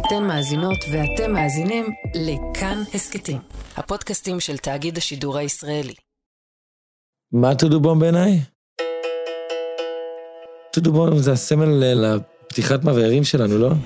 אתן מאזינות ואתם מאזינים לכאן הסקטים, הפודקאסטים של תאגיד השידור הישראלי. מה טודובום בעיניי? טודובום זה הסמל לפתיחת מבערים שלנו, לא?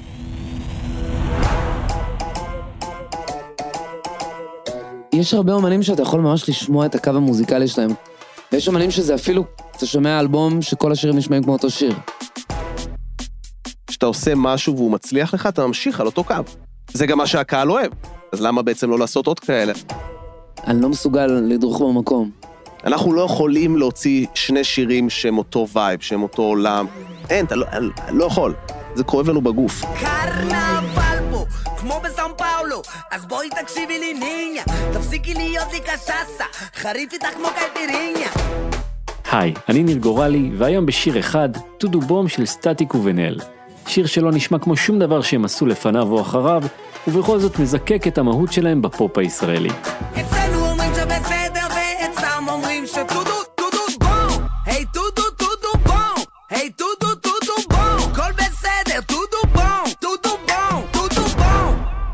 יש הרבה אומנים שאתה יכול ממש לשמוע את הקו המוזיקלי שלהם. ויש אומנים שזה אפילו, אתה שומע אלבום שכל השירים נשמעים כמו אותו שיר. כשאתה עושה משהו והוא מצליח לך, אתה ממשיך על אותו קו. זה גם מה שהקהל אוהב. אז למה בעצם לא לעשות עוד כאלה? אני לא מסוגל לדרוך במקום. אנחנו לא יכולים להוציא שני שירים שהם אותו וייב, שהם אותו עולם. אין, אתה לא יכול. זה כואב לנו בגוף. קרנבל פה, כמו בסאו פאולו, אז בואי תקשיבי לי ניניה, תפסיקי להיות לי קשסה, חריף איתך כמו קייפיריניה. היי, אני ניר גורלי, והיום בשיר אחד, טודובום של סטטיק ובן-אל. שיר שלא נשמע כמו שום דבר שהם עשו לפניו או אחריו, ובכל זאת מזקק את המהות שלהם בפופ הישראלי. אצלנו אומרים שבסדר ואצלם אומרים שטודו טודו בום, היי טודו טודו בום, היי טודו טודו בום, כל בסדר, טודו בום, טודו בום, טודו בום.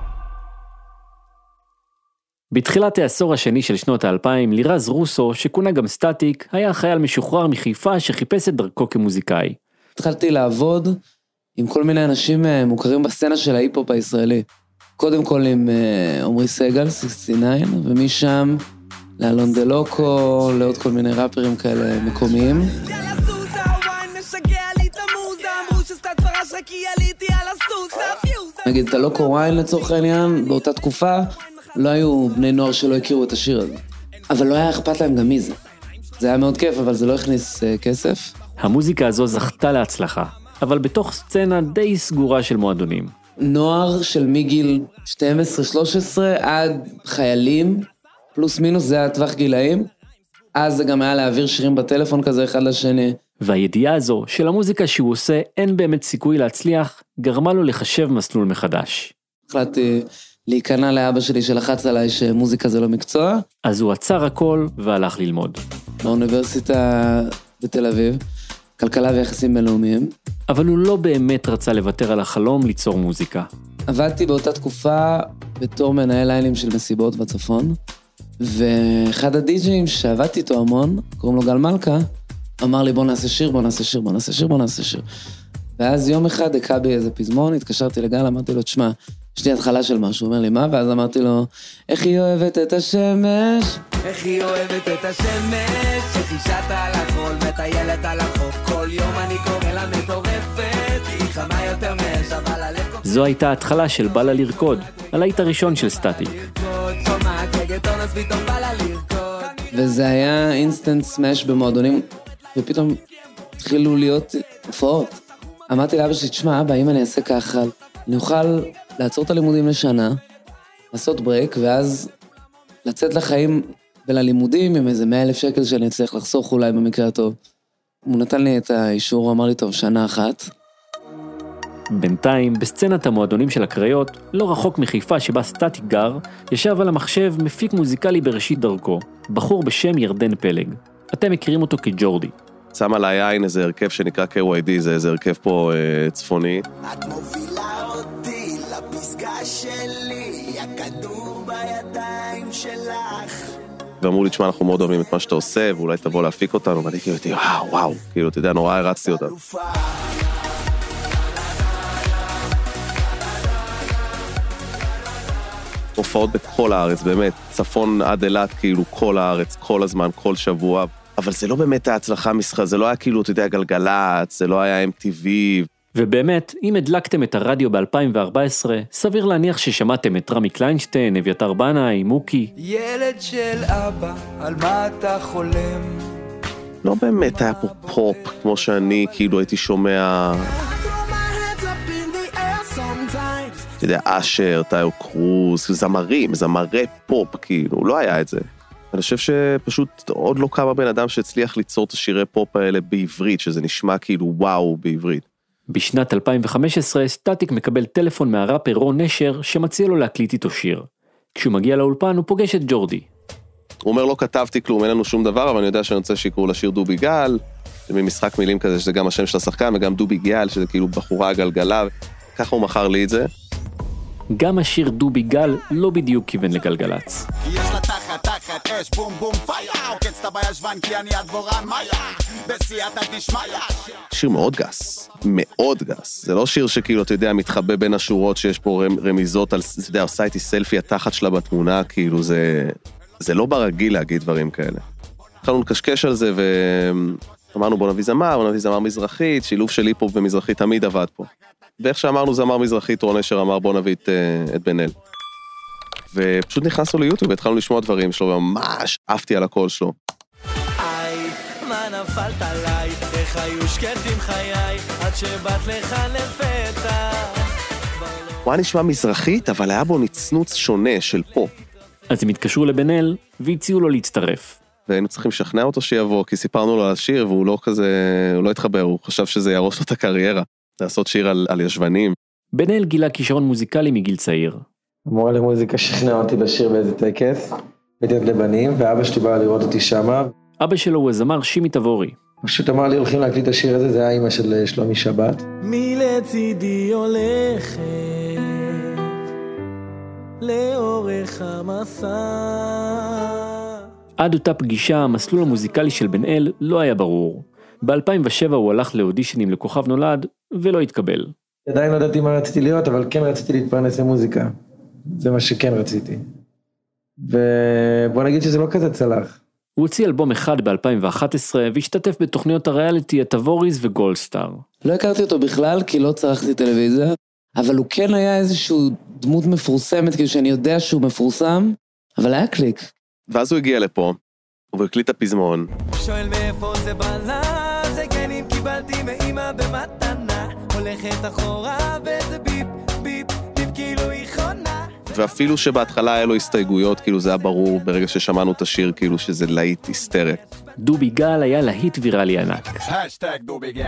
בתחילת העשור השני של שנות ה-2000, לירז רוסו, שכונה גם סטטיק, היה חייל משוחרר מחיפה שחיפש את דרכו כמוזיקאי. התחלתי לעבוד עם כל מיני אנשים מוכרים בסצנה של ההיפ-הופ הישראלי. קודם כל עם עומרי סגל, 69, ומשם לאלון דלוקו, לעוד כל מיני ראפרים כאלה מקומיים. נגיד, דלוקו וויין לצורך העניין, באותה תקופה, לא היו בני נוער שלא הכירו את השיר הזה. אבל לא היה אכפת להם גם מי זה. זה היה מאוד כיף, אבל זה לא הכניס כסף. המוזיקה הזו זכתה להצלחה, אבל בתוך סצנה די סגורה של מועדונים. נוער של מגיל 12-13 עד חיילים, פלוס מינוס זה הטווח גילאים. אז זה גם היה להעביר שירים בטלפון כזה אחד לשני. והידיעה הזו של המוזיקה שהוא עושה אין באמת סיכוי להצליח, גרמה לו לחשב מסלול מחדש. החלטתי להיכנע לאבא שלי שלחץ עליי שמוזיקה זה לא מקצוע. אז הוא עצר הכל והלך ללמוד. באוניברסיטה בתל אביב, כלכלה ויחסים בינלאומיים. אבל הוא לא באמת רצה לוותר על החלום ליצור מוזיקה. עבדתי באותה תקופה בתור מנהל ליינים של מסיבות בצפון, ואחד הדי-ג'ים שעבדתי איתו המון, קוראים לו גל מלכה, אמר לי בוא נעשה שיר, בוא נעשה שיר, בוא נעשה שיר, בוא נעשה שיר. ואז יום אחד הקע בי איזה פזמון, התקשרתי לגל, אמרתי לו, תשמע, יש לי התחלה של משהו, הוא אומר לי מה? ואז אמרתי לו, איך היא אוהבת את השמש? איך היא אוהבת את השמש? שחישת על החול, מטיילת על החוף, כל יום אני קורא לה מטורפת, היא חמה יותר מאש, אבל הלב... זו הייתה ההתחלה של בא לה לרקוד, הלהיט הראשון של סטטיק. וזה היה אינסטנט סמש במועדונים, ופתאום התחילו להיות הופעות. אמרתי לאבא שלי, תשמע, אבא, אם אני אעשה ככה, אני אוכל לעצור את הלימודים לשנה, לעשות ברייק, ואז לצאת לחיים וללימודים עם איזה 100,000 שקל שאני אצליח לחסוך אולי במקרה הטוב. הוא נתן לי את האישור, הוא אמר לי, טוב, שנה אחת. בינתיים, בסצנת המועדונים של הקריות, לא רחוק מחיפה שבה סטטיק גר, ישב על המחשב מפיק מוזיקלי בראשית דרכו, בחור בשם ירדן פלג. אתם מכירים אותו כג'ורדי. שם על היין איזה הרכב שנקרא KYD, זה איזה הרכב פה צפוני. את מובילה אותי לפסגה שלי, הכדור בידיים שלך. ואמרו לי, תשמע, אנחנו מאוד אוהבים את מה שאתה עושה, ואולי תבוא להפיק אותנו, ואני כאילו, וואו, כאילו, אתה יודע, נורא הרצתי אותנו. הופעות בכל הארץ, באמת, צפון עד אילת, כאילו, כל הארץ, כל הזמן, כל שבוע, אבל זה לא באמת ההצלחה מסחר, זה לא היה כאילו, אתה יודע, גלגלץ, זה לא היה MTV. ובאמת, אם הדלקתם את הרדיו ב-2014, סביר להניח ששמעתם את רמי קליינשטיין, אביתר בנאי, מוקי. ילד של אבא, על מה אתה חולם? לא באמת היה פה פופ, כמו שאני כאילו הייתי שומע... אתה יודע, אשר, טאיו קרוז, זמרי פופ, כאילו, לא היה את זה. אני חושב שפשוט עוד לא קמה בן אדם שהצליח ליצור את השירי פופ האלה בעברית, שזה נשמע כאילו וואו בעברית. בשנת 2015, סטטיק מקבל טלפון מהראפר רון נשר, שמציע לו להקליט איתו שיר. כשהוא מגיע לאולפן, הוא פוגש את ג'ורדי. הוא אומר, לא כתבתי כלום, אין לנו שום דבר, אבל אני יודע שאני רוצה שיקראו לשיר דובי גל, ממשחק מילים כזה, שזה גם השם של השחקן, וגם דובי גל, שזה כאילו בחורה גלגלה, ככה הוא מכר לי את זה. גם השיר דובי גל לא בדיוק כיוון לגלגלץ. יש לה תחת אש בום בום פייר, עוקץ את בישבן כי אני הדבורן מאיה, בסייעתא דשמיא. שיר מאוד גס, מאוד גס. זה לא שיר שכאילו, אתה יודע, מתחבא בין השורות שיש פה רמיזות על, אתה יודע, עושה איתי סלפי התחת שלה בתמונה, כאילו זה לא ברגיל להגיד דברים כאלה. התחלנו לקשקש על זה ואמרנו בוא נביא זמר מזרחית, שילוב של היפ-הופ ומזרחית תמיד עבד פה. ואיך שאמרנו זמר מזרחית, רון אשר אמר בוא נביא את בן אל. ופשוט נכנסנו ליוטיוב והתחלנו לשמוע דברים שלו, וממש עפתי על הקול שלו. איי, מה נפלת עליי, איך היו שקטים חיי, עד שבאת לך לפתע. הוא היה נשמע מזרחית, אבל היה בו נצנוץ שונה של פופ. אז הם התקשרו לבן אל והציעו לו להצטרף. והיינו צריכים לשכנע אותו שיבוא, כי סיפרנו לו על השיר, והוא לא כזה, הוא לא התחבר, הוא חשב שזה ירוס לו את הקריירה, לעשות שיר על ישבנים. בן אל גילה כישרון מוזיקלי מגיל צעיר. המורה למוזיקה שכנע אותי לשיר באיזה טקס, בדיוק לבנים, ואבא שלי בא לראות אותי שמה. אבא שלו הוא הזמר שימי תבורי. פשוט אמר לי, הולכים להקליט את השיר הזה, זה היה אמא של שלומי שבת. מי לצידי הולכת, לאורך המסע. עד אותה פגישה, המסלול המוזיקלי של בן אל לא היה ברור. ב-2007 הוא הלך לאודישנים לכוכב נולד, ולא התקבל. עדיין לא ידעתי מה רציתי להיות, אבל כן רציתי להתפרנס למוזיקה. זה מה שכן רציתי. ובוא נגיד שזה לא כזה צלח. הוא הוציא אלבום אחד ב-2011, והשתתף בתוכניות הריאליטי התבוריז וגולדסטאר. לא הכרתי אותו בכלל, כי לא צרכתי טלוויזיה, אבל הוא כן היה איזשהו דמות מפורסמת, כאילו שאני יודע שהוא מפורסם, אבל היה קליק. ואז הוא הגיע לפה, והוא הקליט את הפזמון. שואל מאיפה זה בלה, זה כן אם קיבלתי מאמא במתנה, הולכת אחורה וזה ביפ, ביפ, ביפ כאילו היא חונה. ואפילו שבהתחלה היה לו הסתייגויות, כאילו זה היה ברור ברגע ששמענו את השיר, כאילו שזה להיט היסטרי. דובי גל היה להיט ויראלי ענק. השטג דובי גל.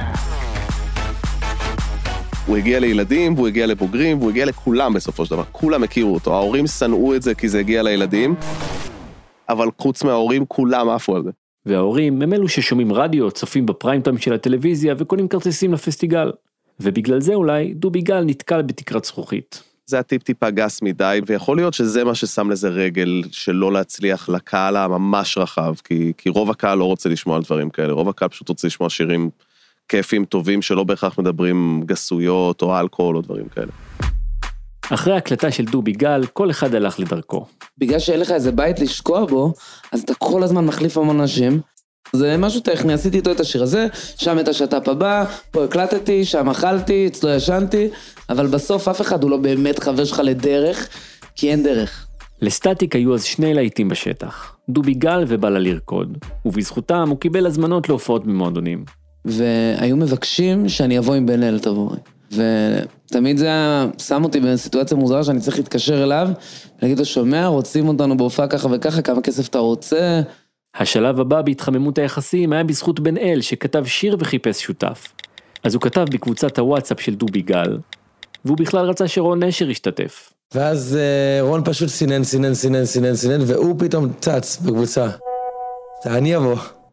הוא הגיע לילדים, והוא הגיע לבוגרים, והוא הגיע לכולם בסופו של דבר. כולם הכירו אותו. ההורים שנאו את זה כי זה הגיע לילדים, אבל חוץ מההורים כולם עפו על זה. וההורים הם אלו ששומעים רדיו, צופים בפריים טיים של הטלוויזיה וקונים כרטיסים לפסטיגל. ובגלל זה אולי דובי גל נתקל בתקרת זכוכית. זה הטיפ טיפה גס מדי, ויכול להיות שזה מה ששם לזה רגל, שלא להצליח לקהל הממש רחב, כי רוב הקהל לא רוצה לשמוע על דברים כאלה, רוב הקהל פשוט רוצה לשמוע שירים כיפים, טובים, שלא בהכרח מדברים גסויות או אלכוהול או דברים כאלה. אחרי ההקלטה של דובי גל, כל אחד הלך לדרכו. בגלל שאין לך איזה בית לשקוע בו, אז אתה כל הזמן מחליף המון אנשים. זה משהו טכני, עשיתי איתו את השיר הזה, שם את השטאפ הבא, פה הקלטתי, שם אכלתי, אצלו ישנתי, אבל בסוף אף אחד הוא לא באמת חבר שלך לדרך, כי אין דרך. לסטטיק היו אז שני להיטים בשטח, דובי גל ובלה לרקוד, ובזכותם הוא קיבל הזמנות להופעות במועדונים. והיו מבקשים שאני אבוא עם בן אל תבורי. ותמיד זה שם אותי בסיטואציה מוזרה שאני צריך להתקשר אליו, ולהגיד לו, שומע, רוצים אותנו בהופעה ככה וככה, כמה כסף אתה רוצה? השלב הבא בהתחממות היחסים היה בזכות בן אל שכתב שיר וחיפש שותף. אז הוא כתב בקבוצת הוואטסאפ של דובי גל, והוא בכלל רצה שרון נשר ישתתף. ואז רון פשוט סינן, והוא פתאום צץ בקבוצה. אני אבוא.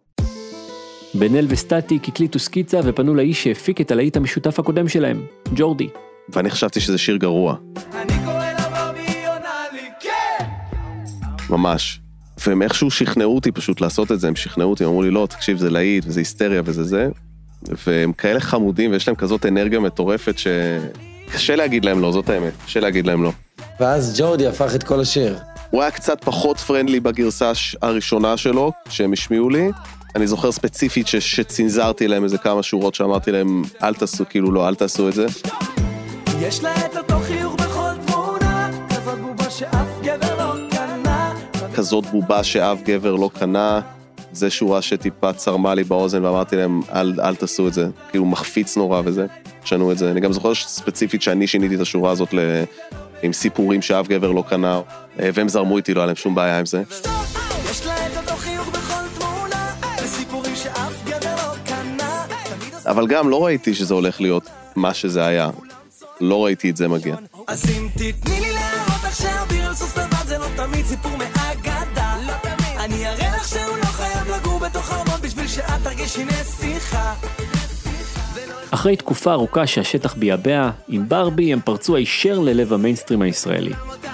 בן אל וסטטיק הקליטו סקיצה ופנו לאיש שהפיק את הלהיט המשותף הקודם שלהם, ג'ורדי. ואני חשבתי שזה שיר גרוע. אני קורא לה ברבי עונה לי, כן! ממש. והם איכשהו שכנעו אותי פשוט לעשות את זה, הם שכנעו אותי, אמרו לי לא, תקשיב, זה להיט וזה היסטריה וזה זה. והם כאלה חמודים ויש להם כזאת אנרגיה מטורפת שקשה להגיד להם לא, זאת האמת, קשה להגיד להם לא. ואז ג'ורדי הפך את כל השיר. הוא היה קצת פחות פרנדלי בגרסה הראשונה שלו, שהם השמיעו לי. אני זוכר ספציפית שצנזרתי להם איזה כמה שורות שאמרתי להם, אל תעשו, כאילו לא, אל תעשו את זה. יש לה את אותו חיוך בכל תמונה, כזאת בובה שאף גבר לא קנה. כזאת בובה שאף גבר לא קנה, זה שורה שטיפה צרמה לי באוזן, ואמרתי להם, אל תעשו את זה. כאילו מחפיץ נורא וזה, שנו את זה. אני גם זוכר ספציפית שאני שיניתי את השורה הזאת עם סיפורים שאף גבר לא קנה, והם זרמו איתי, לא היה להם שום בעיה עם זה. יש לה את אותו חיוך בכל תמונה, וסיפורים שאף גבר לא קנה. אבל גם לא ראיתי שזה הולך להיות מה שזה היה. לא ראיתי את זה מגיע. אז אם תתני לי להראות לך שהביר על סוס לבד זה לא תמיד סיפור מהאגדה. אני אראה לך שהוא לא חייב לגור בתוך ארמון בשביל שאת תרגישי נסיכה. אחרי תקופה ארוכה שהשטח ביאבע, עם ברבי הם פרצו הישר ללב המיינסטרים הישראלי.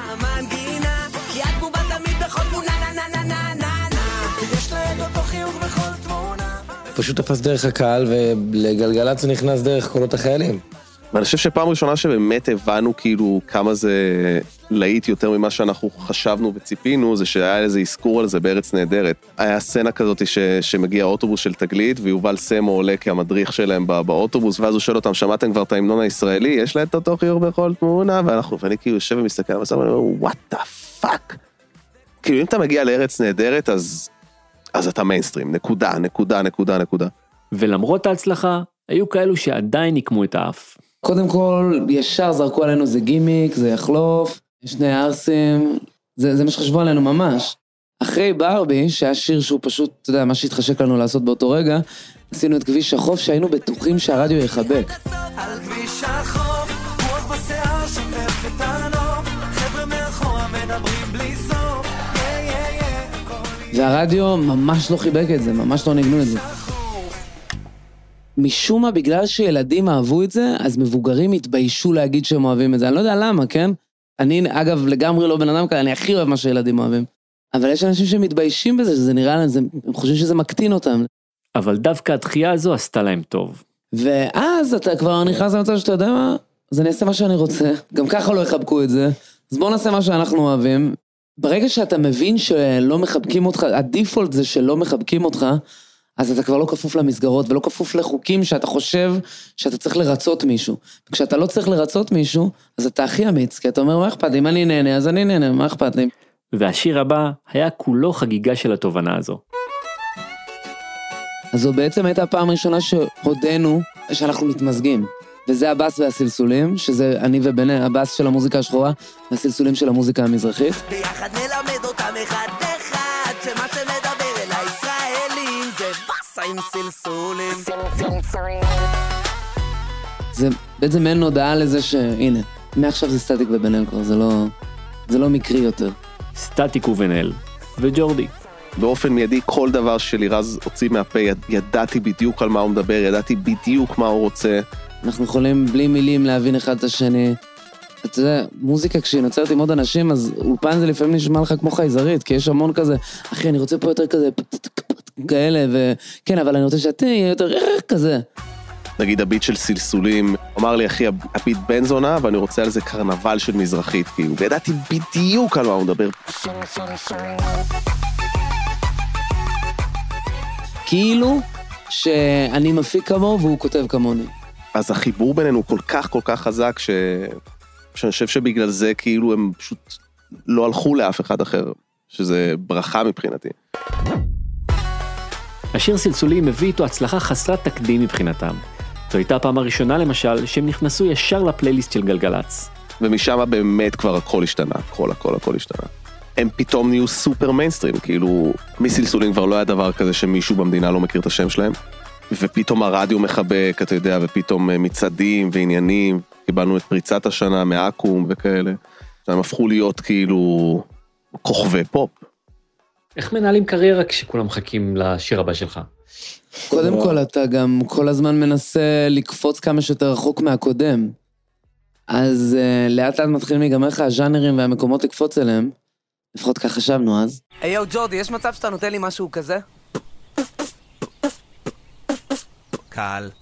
פשוט תפס דרך הקהל, ולגלגלצ נכנס דרך קולות החיילים. ואני חושב שפעם ראשונה שבאמת הבנו כאילו כמה זה להיט יותר ממה שאנחנו חשבנו וציפינו, זה שהיה איזה אזכור על זה בארץ נהדרת. היה סצנה כזאת שמגיע אוטובוס של תגלית, ויובל סמו עולה כמדריך שלהם באוטובוס, ואז הוא שואל אותם, שמעתם כבר את ההמנון הישראלי? יש להם את אותו חיוך בכל תמונה, ואני כאילו יושב ומסתכל, ואני אומר, what the fuck? כאילו אם אתה מגיע לארץ נהדרת, אז אתה מיינסטרים, נקודה. ולמרות ההצלחה, היו כאלו שעדיין נקמו את האף. קודם כל, ישר זרקו עלינו זה גימיק, זה יחלוף, שני ארסים, זה מה שחשבו עלינו ממש. אחרי ברבי, שהיה שיר שהוא פשוט, אתה יודע, מה שהתחשק לנו לעשות באותו רגע, עשינו את כביש החוף שהיינו בטוחים שהרדיו יחבק. על כביש החוף, רוח בשיער שומף את הנוף, חבר'ה מאחורה מדברים בלי סוף, והרדיו ממש לא חיבק את זה, ממש לא ניגנו את זה. משום מה, בגלל שילדים אהבו את זה, אז מבוגרים התביישו להגיד שהם אוהבים את זה. אני לא יודע למה, כן? אני, אגב, לגמרי לא בן אדם כאלה, אני הכי אוהב מה שילדים אוהבים. אבל יש אנשים שמתביישים בזה, שזה נראה להם, הם חושבים שזה מקטין אותם. אבל דווקא התחייה הזו עשתה להם טוב. ואז אתה כבר נכנס למצב שאתה יודע מה, אז אני אעשה מה שאני רוצה. גם ככה לא יחבקו את זה. אז בואו נעשה מה שאנחנו אוהבים. ברגע שאתה מבין שלא מחבקים אותך, הדיפולט זה שלא מחבקים אותך, אז אתה כבר לא כפוף למסגרות, ולא כפוף לחוקים שאתה חושב שאתה צריך לרצות מישהו. וכשאתה לא צריך לרצות מישהו, אז אתה הכי אמיץ, כי אתה אומר, מה אכפת לי? אם אני נהנה, אז אני נהנה, מה אכפת לי? והשיר הבא היה כולו חגיגה של התובנה הזו. אז זו בעצם הייתה הפעם הראשונה שהודנו שאנחנו מתמזגים. וזה הבאס והסלסולים, שזה אני ובני, הבאס של המוזיקה השחורה, והסלסולים של המוזיקה המזרחית. ביחד נלמד אותם אחד אחד, שמה שמדבר אל הישראלים זה באסה עם סלסולים. זה בעצם אין הודעה לזה שהנה, מעכשיו זה סטטיק ובן אל כבר, זה לא מקרי יותר. סטטיק ובן אל, וג'ורדי. באופן מיידי, כל דבר שלירז הוציא מהפה, ידעתי בדיוק על מה הוא מדבר, ידעתי בדיוק מה הוא רוצה. אנחנו יכולים בלי מילים להבין אחד את השני. אתה יודע, מוזיקה כשהיא נוצרת עם עוד אנשים, אז אולפן זה לפעמים נשמע לך כמו חייזרית, כי יש המון כזה, אחי, אני רוצה פה יותר כזה, כאלה, וכן, אבל אני רוצה שאתה יהיה יותר כזה. נגיד הביט של סלסולים, אמר לי, אחי, הביט בן זונה, ואני רוצה על זה קרנבל של מזרחית, כאילו, וידעתי בדיוק על מה הוא מדבר. כאילו שאני מפיק כמוהו והוא כותב כמוני. אז החיבור בינינו הוא כל כך חזק, שאני חושב שבגלל זה כאילו הם פשוט לא הלכו לאף אחד אחר, שזה ברכה מבחינתי. השיר סלסולים מביא איתו הצלחה חסרת תקדים מבחינתם. זו הייתה הפעם הראשונה למשל שהם נכנסו ישר לפלייליסט של גלגלץ. ומשם באמת כבר הכל השתנה, הכל השתנה. הם פתאום נהיו סופר מיינסטרים, כאילו מסלסולים כבר לא היה דבר כזה שמישהו במדינה לא מכיר את השם שלהם, ופתאום הרדיו מחבק, אתה יודע, ופתאום מצעדים ועניינים, קיבלנו את פריצת השנה מאקום וכאלה, הם הפכו להיות כאילו כוכבי פופ. איך מנהלים קריירה כשכולם מחכים לשיר הבא שלך? קודם כל, אתה גם כל הזמן מנסה לקפוץ כמה שיותר רחוק מהקודם. אז לאט לאט מתחילים להיגמר לך הז'אנרים והמקומות לקפוץ אליהם. לפחות כך חשבנו אז. היי ג'ורדי, יש מצב שאתה נותן לי משהו כזה? קל.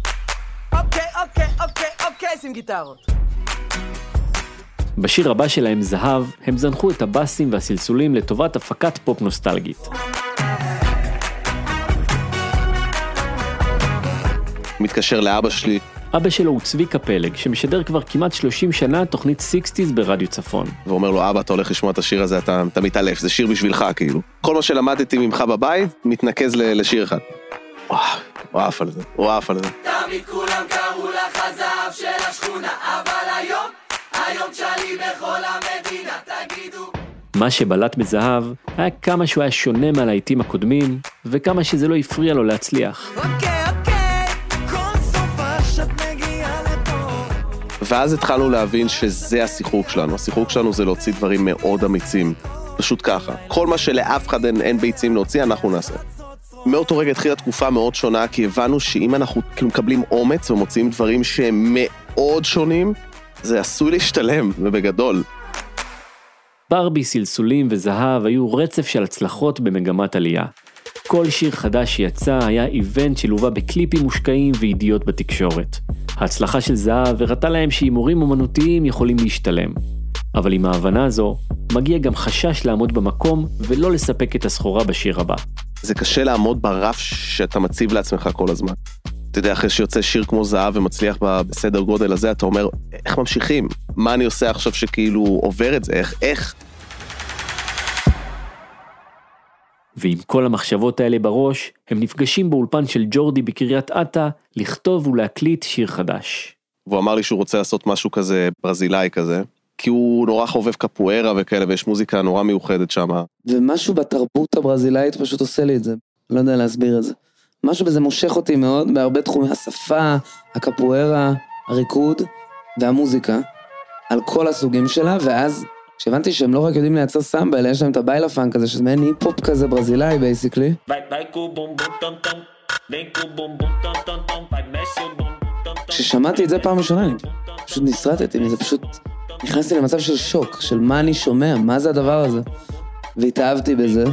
אוקיי, שים גיטרות. בשיר הבא שלהם זהב, הם זנחו את הבאסים והסלסולים לטובת הפקת פופ נוסטלגית. מתקשר לאבא שלי. אבא שלו הוא צביקה פלג, שמשדר כבר כמעט 30 שנה תוכנית 60s ברדיו צפון. ואומר לו, אבא, אתה הולך לשמוע את השיר הזה, אתה מתעלף, זה שיר בשבילך כאילו. כל מה שלמדתי ממך בבית, מתנקז לשיר אחד. הוא עף על זה. תמיד כולם קראו לך הזהב של השכונה, אבל היום שלי בכל המדינה, תגידו. מה שבלט בזהב היה כמה שהוא היה שונה מהלהיטים הקודמים, וכמה שזה לא הפריע לו להצליח. כל סופה שאת מגיעה לפה. ואז התחלנו להבין שזה השיחוק שלנו. השיחוק שלנו זה להוציא דברים מאוד אמיצים. פשוט ככה. כל מה שלאף אחד אין ביצים להוציא, אנחנו נעשה. מאותו רגע התחילה תקופה מאוד שונה, כי הבנו שאם אנחנו כאילו מקבלים אומץ ומוצאים דברים שהם מאוד שונים, זה עשוי להשתלם, ובגדול. ברבי, סלסולים וזהב היו רצף של הצלחות במגמת עלייה. כל שיר חדש שיצא היה איבנט שלובה בקליפים מושקעים וידיעות בתקשורת. ההצלחה של זהב הראתה להם שהימורים אומנותיים יכולים להשתלם. אבל עם ההבנה הזו, מגיע גם חשש לעמוד במקום ולא לספק את הסחורה בשיר הבא. זה קשה לעמוד ברף שאתה מציב לעצמך כל הזמן. אתה יודע, אחרי שיוצא שיר כמו זהב ומצליח בסדר גודל הזה, אתה אומר, איך ממשיכים? מה אני עושה עכשיו שכאילו עובר את זה? איך? ועם כל המחשבות האלה בראש, הם נפגשים באולפן של ג'ורדי בקריית אתא, לכתוב ולהקליט שיר חדש. והוא אמר לי שהוא רוצה לעשות משהו כזה ברזילאי כזה, כי הוא נורא חובב קפוארה וכאלה, ויש מוזיקה נורא מיוחדת שם. ומשהו בתרבות הברזילאית פשוט עושה לי את זה. לא יודע להסביר את זה. משהו בזה מושך אותי מאוד, בהרבה תחומי השפה, הקפוארה, הריקוד והמוזיקה, על כל הסוגים שלה, ואז כשהבנתי שהם לא רק יודעים לייצר סמבה, אלא יש להם את הביילה פאנק הזה, שזה מעין היפ-הופ כזה ברזילאי, בייסיקלי. כששמעתי את זה פעם ראשונה, אני פשוט נסרטתי, זה פשוט נכנסתי למצב של שוק, של מה אני שומע, מה זה הדבר הזה, והתאהבתי בזה.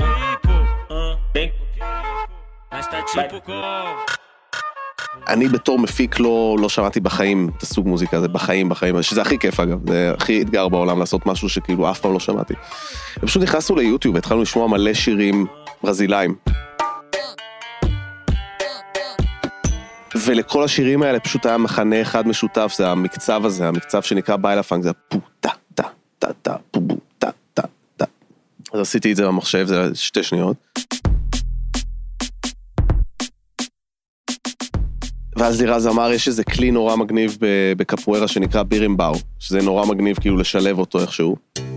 אני בתור מפיק לא שמעתי בחיים את הסוג מוזיקה הזה, בחיים, שזה הכי כיף אגב, זה הכי אתגר בעולם לעשות משהו שכאילו אף פעם לא שמעתי. פשוט נכנסנו ליוטיוב, התחלנו לשמוע מלא שירים ברזילאים. ולכל השירים האלה פשוט היה מחנה אחד משותף, זה המקצב הזה, המקצב שנקרא ביילה פאנק, זה פו, טה, טה, טה, טה, פו, בו, טה, טה, טה. אז עשיתי את זה במחשב, זה 2 שניות. ואז לירז אמר, יש איזה כלי נורא מגניב בקפוארה שנקרא בירימבאו, שזה נורא מגניב כאילו לשלב אותו איכשהו.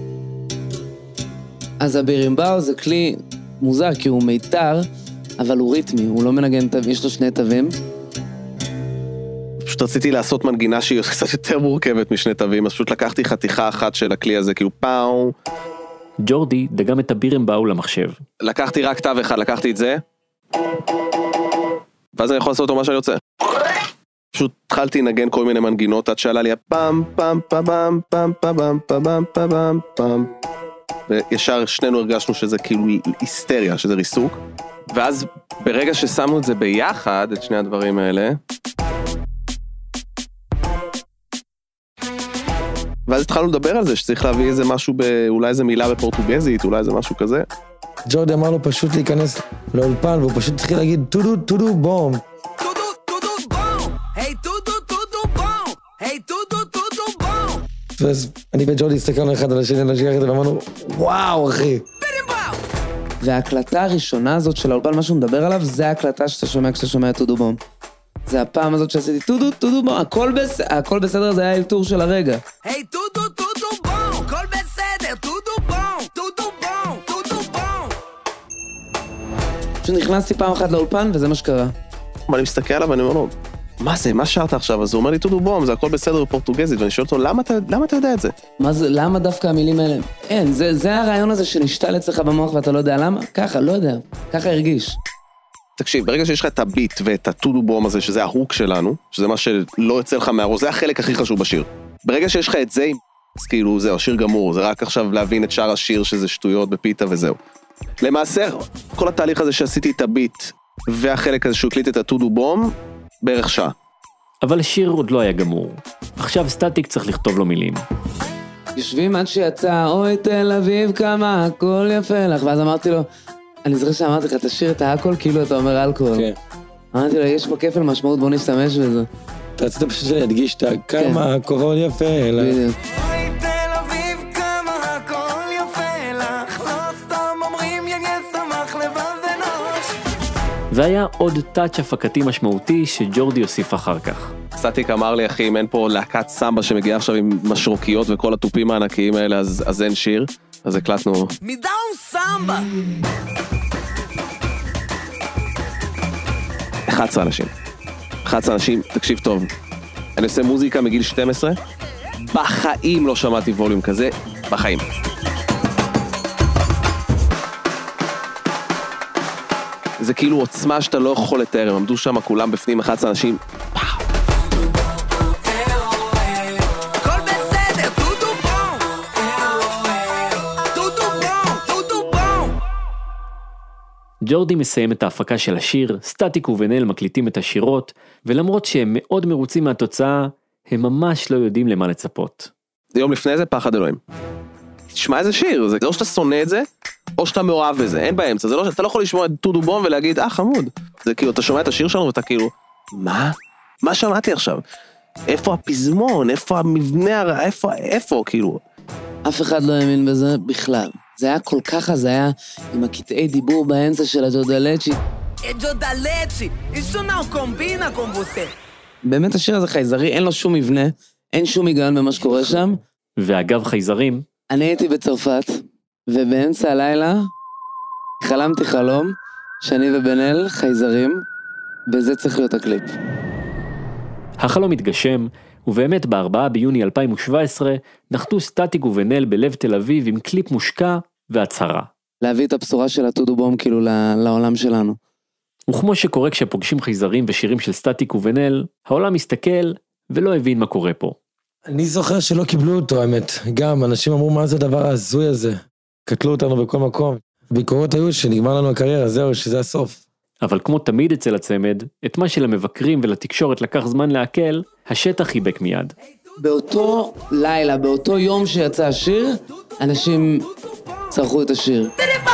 אז הבירימבאו זה כלי מוזר, כי הוא מיתר, אבל הוא ריתמי, הוא לא מנגן, יש לו 2 תווים. פשוט רציתי לעשות מנגינה שהיא קצת יותר מורכבת מ2 תווים, אז פשוט לקחתי חתיכה אחת של הכלי הזה, כאילו פאו. ג'ורדי דגם את הבירימבאו למחשב. לקחתי רק תו אחד, לקחתי את זה, ואז אני יכול לעשות אותו מה שאני רוצה. פשוט התחלתי לנגן כל מיני מנגינות, עד שעלה לי הפאם, פאם, פאם, פאם, פאם, פאם, פאם, פאם, וישר שנינו הרגשנו שזה כאילו היסטריה, שזה ריסוק. ואז ברגע ששמנו את זה ביחד, את שני הדברים האלה, ואז התחלנו לדבר על זה, שצריך להביא איזה משהו, אולי איזה מילה בפורטוגזית, אולי איזה משהו כזה. ג'ורדי אמר לו פשוט להיכנס לאולפן, והוא פשוט התחיל להגיד, טודו בום. ואז אני וג'ורדי הסתכלנו אחד על השני, ואמרנו, וואו אחי. וההקלטה הראשונה הזאת של האולפן, מה שהוא מדבר עליו, זה ההקלטה שאתה שומע כשאתה שומע טודו בום. זה הפעם הזאת שעשיתי טודו בום, הכל בסדר, זה היה אלתור של הרגע. היי טודו בום, הכל בסדר, טודו בום. פשוט נכנסתי פעם אחת לאולפן וזה מה שקרה. אני מסתכל עליו ואני אומר לו, מה זה, מה שרת עכשיו? אז הוא אומר לי, טודו בום, זה הכל בסדר בפורטוגזית, ואני שואל אותו, למה אתה יודע את זה? מה זה, למה דווקא המילים האלה? אין, זה הרעיון הזה שנשתל אצלך במוח ואתה לא יודע למה? ככה, לא יודע, ככה הרגיש. תקשיב, ברגע שיש לך את הביט ואת הטודו בום הזה, שזה ההוק שלנו, שזה מה שלא יוצא לך מהראש, זה החלק הכי חשוב בשיר. ברגע שיש לך את זה, אז כאילו זהו, השיר גמור, זה רק עכשיו להבין את שאר השיר שזה שטויות בפיתה וזהו. למעשה, כל התהליך הזה שעשיתי את הביט, והחלק הזה שהוא הקליט את הטודו בום, בערך שעה. אבל השיר עוד לא היה גמור. עכשיו סטטיק צריך לכתוב לו מילים. יושבים עד שיצא, אוי תל אביב כמה, הכל יפה לך, ואז אמרתי לו, אני זוכר שאמרתי לך, תשאיר את האלכוהול כאילו אתה אומר אלכוהול. כן. אמרתי לו, יש פה כפל משמעות, בוא נשתמש בזה. אתה רצית פשוט להדגיש את כמה הכל יפה לך. בדיוק. אוי תל אביב כמה הכל יפה לך, לא סתם אומרים יניה שמח לבב ונוש. והיה עוד טאץ' הפקתי משמעותי שג'ורדי הוסיף אחר כך. סטטיק אמר לי, אחי, אם אין פה להקת סמבה שמגיעה עכשיו עם משרוקיות וכל הטופים הענקיים האלה, אז אין שיר. אז הקלטנו. מדאון סמבה. 11 אנשים, תקשיב טוב. אני עושה מוזיקה מגיל 12, בחיים לא שמעתי ווליום כזה, בחיים. זה כאילו עוצמה שאתה לא יכול לתאר, הם עמדו שם כולם בפנים 11 אנשים, הכל בסדר, טוטו בום. טוטו בום, טוטו בום. ג'ורדי מסיים את ההפקה של השיר, סטטיק ובן-אל מקליטים את השירות, ולמרות שהם מאוד מרוצים מהתוצאה, הם ממש לא יודעים למה לצפות. יום לפני זה פחד אלוהים. תשמע איזה שיר, זה או שאתה שונא את זה, או שאתה מאוהב בזה, אין באמצע, זה לא, אתה לא יכול לשמוע את טודו בום ולהגיד, חמוד. זה כאילו, אתה שומע את השיר שלנו ואתה כאילו, מה? מה שמעתי עכשיו? איפה הפזמון? איפה המבנה? איפה, כאילו? אף אחד לא האמין בזה בכלל. זה היה כל כך הזיה עם הקטעי דיבור באמצע של הג'ודלצ'י. ג'ודלצ'י, isso não combina com você. באמת השיר הזה חייזרי, אין לו שום מבנה, אין שום היגיון במה שקורה שם. ואגב חייזרים, אני הייתי בצרפת, ובאמצע הלילה חלמתי חלום שאני ובן-אל חייזרים, וזה צריך להיות הקליפ. החלום התגשם, ובאמת ב4 ביוני 2017 נחתו סטטיק ובן-אל בלב תל אביב עם קליפ מושקע והצהרה. להביא את הבשורה של הטודו בום כאילו לעולם שלנו. וכמו שקורה כשפוגשים חייזרים ושירים של סטטיק ובן-אל, העולם מסתכל ולא הבין מה קורה פה. אני זוכר שלא קיבלו אותו, האמת. גם, אנשים אמרו, מה זה הדבר ההזוי הזה? קטלו אותנו בכל מקום. ביקורות היו שנגמר לנו הקריירה, זהו, שזה הסוף. אבל כמו תמיד אצל הצמד, את מה שלמבקרים ולתקשורת לקח זמן להקל, השטח חיבק מיד. באותו לילה, באותו יום שיצא השיר, אנשים צרכו את השיר.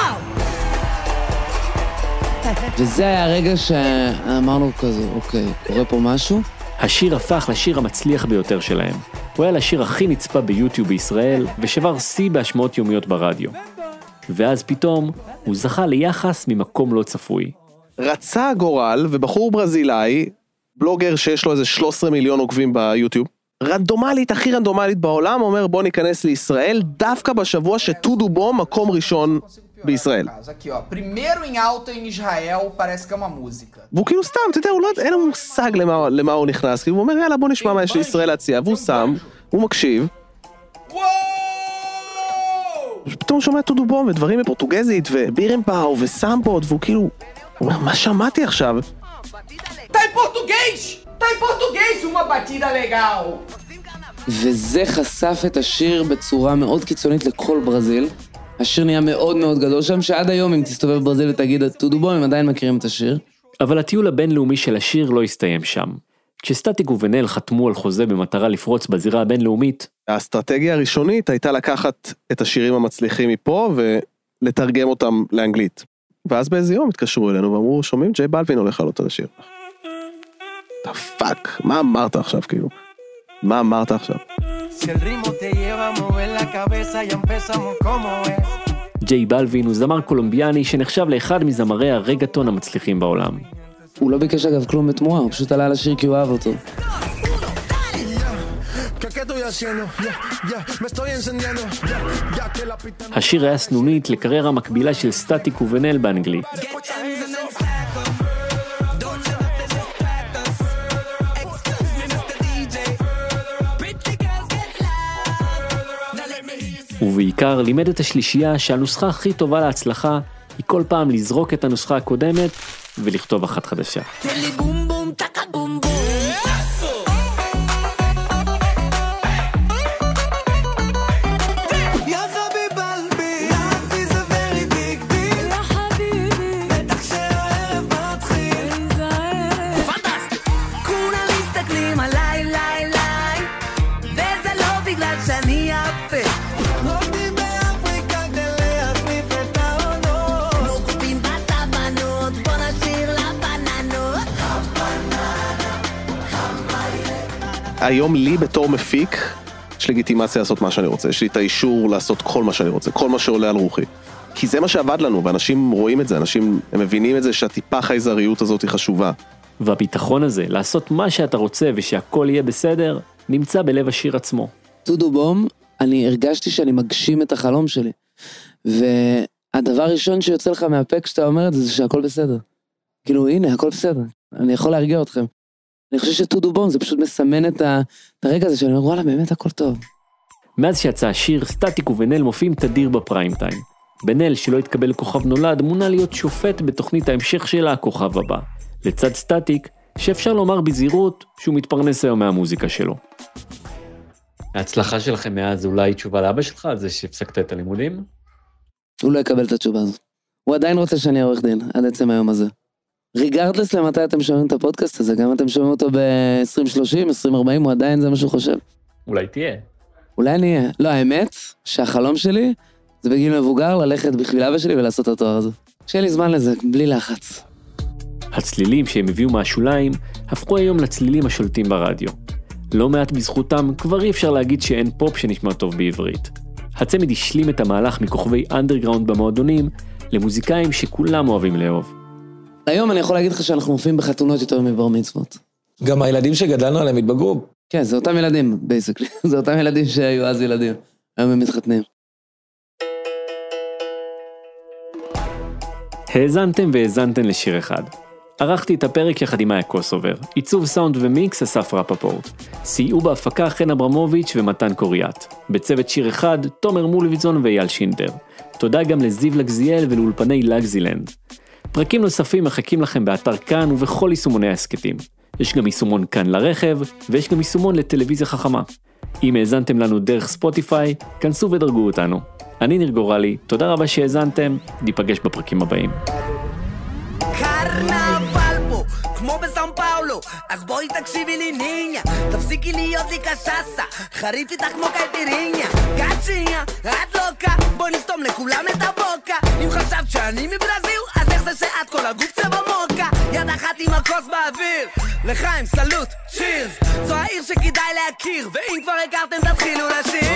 וזה היה הרגע שאמרנו כזה, אוקיי, קורה פה משהו? השיר הפך לשיר המצליח ביותר שלהם. הוא היה לשיר הכי נצפה ביוטיוב בישראל, ושבר שיא בהשמעות יומיות ברדיו. ואז פתאום הוא זכה ליחס ממקום לא צפוי. רצה הגורל ובחור ברזילאי, בלוגר שיש לו איזה 13 מיליון עוקבים ביוטיוב, רנדומלית, הכי רנדומלית בעולם, אומר בוא ניכנס לישראל, דווקא בשבוע שטודו בום מקום ראשון בישראל. והוא כאילו סתם, אתה יודע, אין לו מושג למה הוא נכנס, הוא אומר יאללה בוא נשמע מה יש לישראל להציע, והוא שם, הוא מקשיב, פתאום הוא שומע טודו בום ודברים בפורטוגזית ובירנבאו וסמפות, והוא כאילו, הוא אומר מה שמעתי עכשיו? Tá em português! Tá em português, uma batida legal! וזה חשף את השיר בצורה מאוד קיצונית לכל ברזיל. השיר נהיה מאוד מאוד גדול שם, שעד היום אם תסתובב בברזיל ותגיד טודו בום, הם עדיין מכירים את השיר. אבל הטיול הבינלאומי של השיר לא הסתיים שם. כשסטטיק ובן-אל חתמו על חוזה במטרה לפרוץ בזירה הבינלאומית, האסטרטגיה הראשונית הייתה לקחת את השירים המצליחים מפה ולתרגם אותם לאנגלית. ואז באיזה יום התקשרו אלינו ואמרו, שומעים, ג'יי בלווין הולך לעלות על השיר. פאק, מה אמרת עכשיו כאילו? מה אמרת עכשיו? ג'יי בלווין הוא זמר קולומביאני שנחשב לאחד מזמרי הרגטון המצליחים בעולם. הוא לא ביקש אגב כלום בתמורה, הוא פשוט עלה לשיר כי הוא אהב אותו. השיר היה סנונית לקריירה מקבילה של סטטיק ובן-אל באנגלית. ובעיקר לימד את השלישייה שהנוסחה הכי טובה להצלחה היא כל פעם לזרוק את הנוסחה הקודמת ולכתוב אחת חדשה. היום לי בתור מפיק, יש לגיטימציה לעשות מה שאני רוצה, יש לי את האישור לעשות כל מה שאני רוצה, כל מה שעולה על רוחי. כי זה מה שעבד לנו, ואנשים רואים את זה, אנשים הם מבינים את זה שהטיפה חייזריות הזאת היא חשובה. והביטחון הזה, לעשות מה שאתה רוצה ושהכל יהיה בסדר, נמצא בלב השיר עצמו. טודו בום, אני הרגשתי שאני מגשים את החלום שלי. והדבר הראשון שיוצא לך מהפה כשאתה אומר את זה, זה שהכל בסדר. כאילו, הנה, הכל בסדר. אני יכול להרגיע אתכם. אני חושב שטודו בום זה פשוט מסמן את הרגע הזה שאני אומר, וואלה, באמת הכל טוב. מאז שיצא השיר, סטטיק ובן-אל מופיעים תדיר בפריים טיים. בן אל, שלא התקבל לכוכב נולד, מונה להיות שופט בתוכנית ההמשך שלה, הכוכב הבא. לצד סטטיק, שאפשר לומר בזהירות שהוא מתפרנס היום מהמוזיקה שלו. ההצלחה שלכם מאז אולי תשובה לאבא שלך על זה שהפסקת את הלימודים? הוא לא יקבל את התשובה הזאת. הוא עדיין רוצה שאני אהיה עורך דין, עד עצם היום הזה. ריגרדלס למתי אתם שומעים את הפודקאסט הזה, גם אתם שומעים אותו ב-2030, 2040, הוא עדיין זה מה שהוא חושב. אולי תהיה. אולי אני אהיה. לא, האמת שהחלום שלי זה בגיל מבוגר ללכת בשביל אבא שלי ולעשות את התואר הזה. שיהיה לי זמן לזה, בלי לחץ. הצלילים שהם הביאו מהשוליים הפכו היום לצלילים השולטים ברדיו. לא מעט בזכותם כבר אי אפשר להגיד שאין פופ שנשמע טוב בעברית. הצמד השלים את המהלך מכוכבי אנדרגראונד במועדונים למוזיקאים שכולם אוהבים לאהוב. היום אני יכול להגיד לך שאנחנו מופיעים בחתונות יותר מבר מצוות. גם הילדים שגדלנו עליהם התבגרו. כן, זה אותם ילדים, בייסקלי. זה אותם ילדים שהיו אז ילדים. היום הם מתחתנים. האזנתם והאזנתם לשיר אחד. ערכתי את הפרק יחד עם מאיה קוסובר, עיצוב סאונד ומיקס אסף רפפורט. סייעו בהפקה חן אברמוביץ' ומתן קוריאט. בצוות שיר אחד, תומר מולביזון ואייל שינדר. תודה גם לזיו לגזיאל ולאולפני לגזילנד. פרקים נוספים מחכים לכם באתר כאן ובכל יישומוני העסקטים. יש גם יישומון כאן לרכב, ויש גם יישומון לטלוויזיה חכמה. אם האזנתם לנו דרך ספוטיפיי, כנסו ודרגו אותנו. אני ניר גורלי, תודה רבה שהאזנתם, ניפגש בפרקים הבאים. קרנבל פה, כמו בסאו פאולו, אז בואי תקשיבי לי ניניה, תפסיקי להיות לי קשסה, חריף איתך כמו קייפיריניה, קצ'יניה, את לוקה, בואי נסתום לכולם את הבוקה, אם חשבת שאני מברזיל, אז איך זה שאת כל הגוף צבע מוקה, יד אחת עם הכוס באוויר, לחיים סלוט, שירס, זו העיר שכדאי להכיר, ואם כבר הכרתם תתחילו לשיר.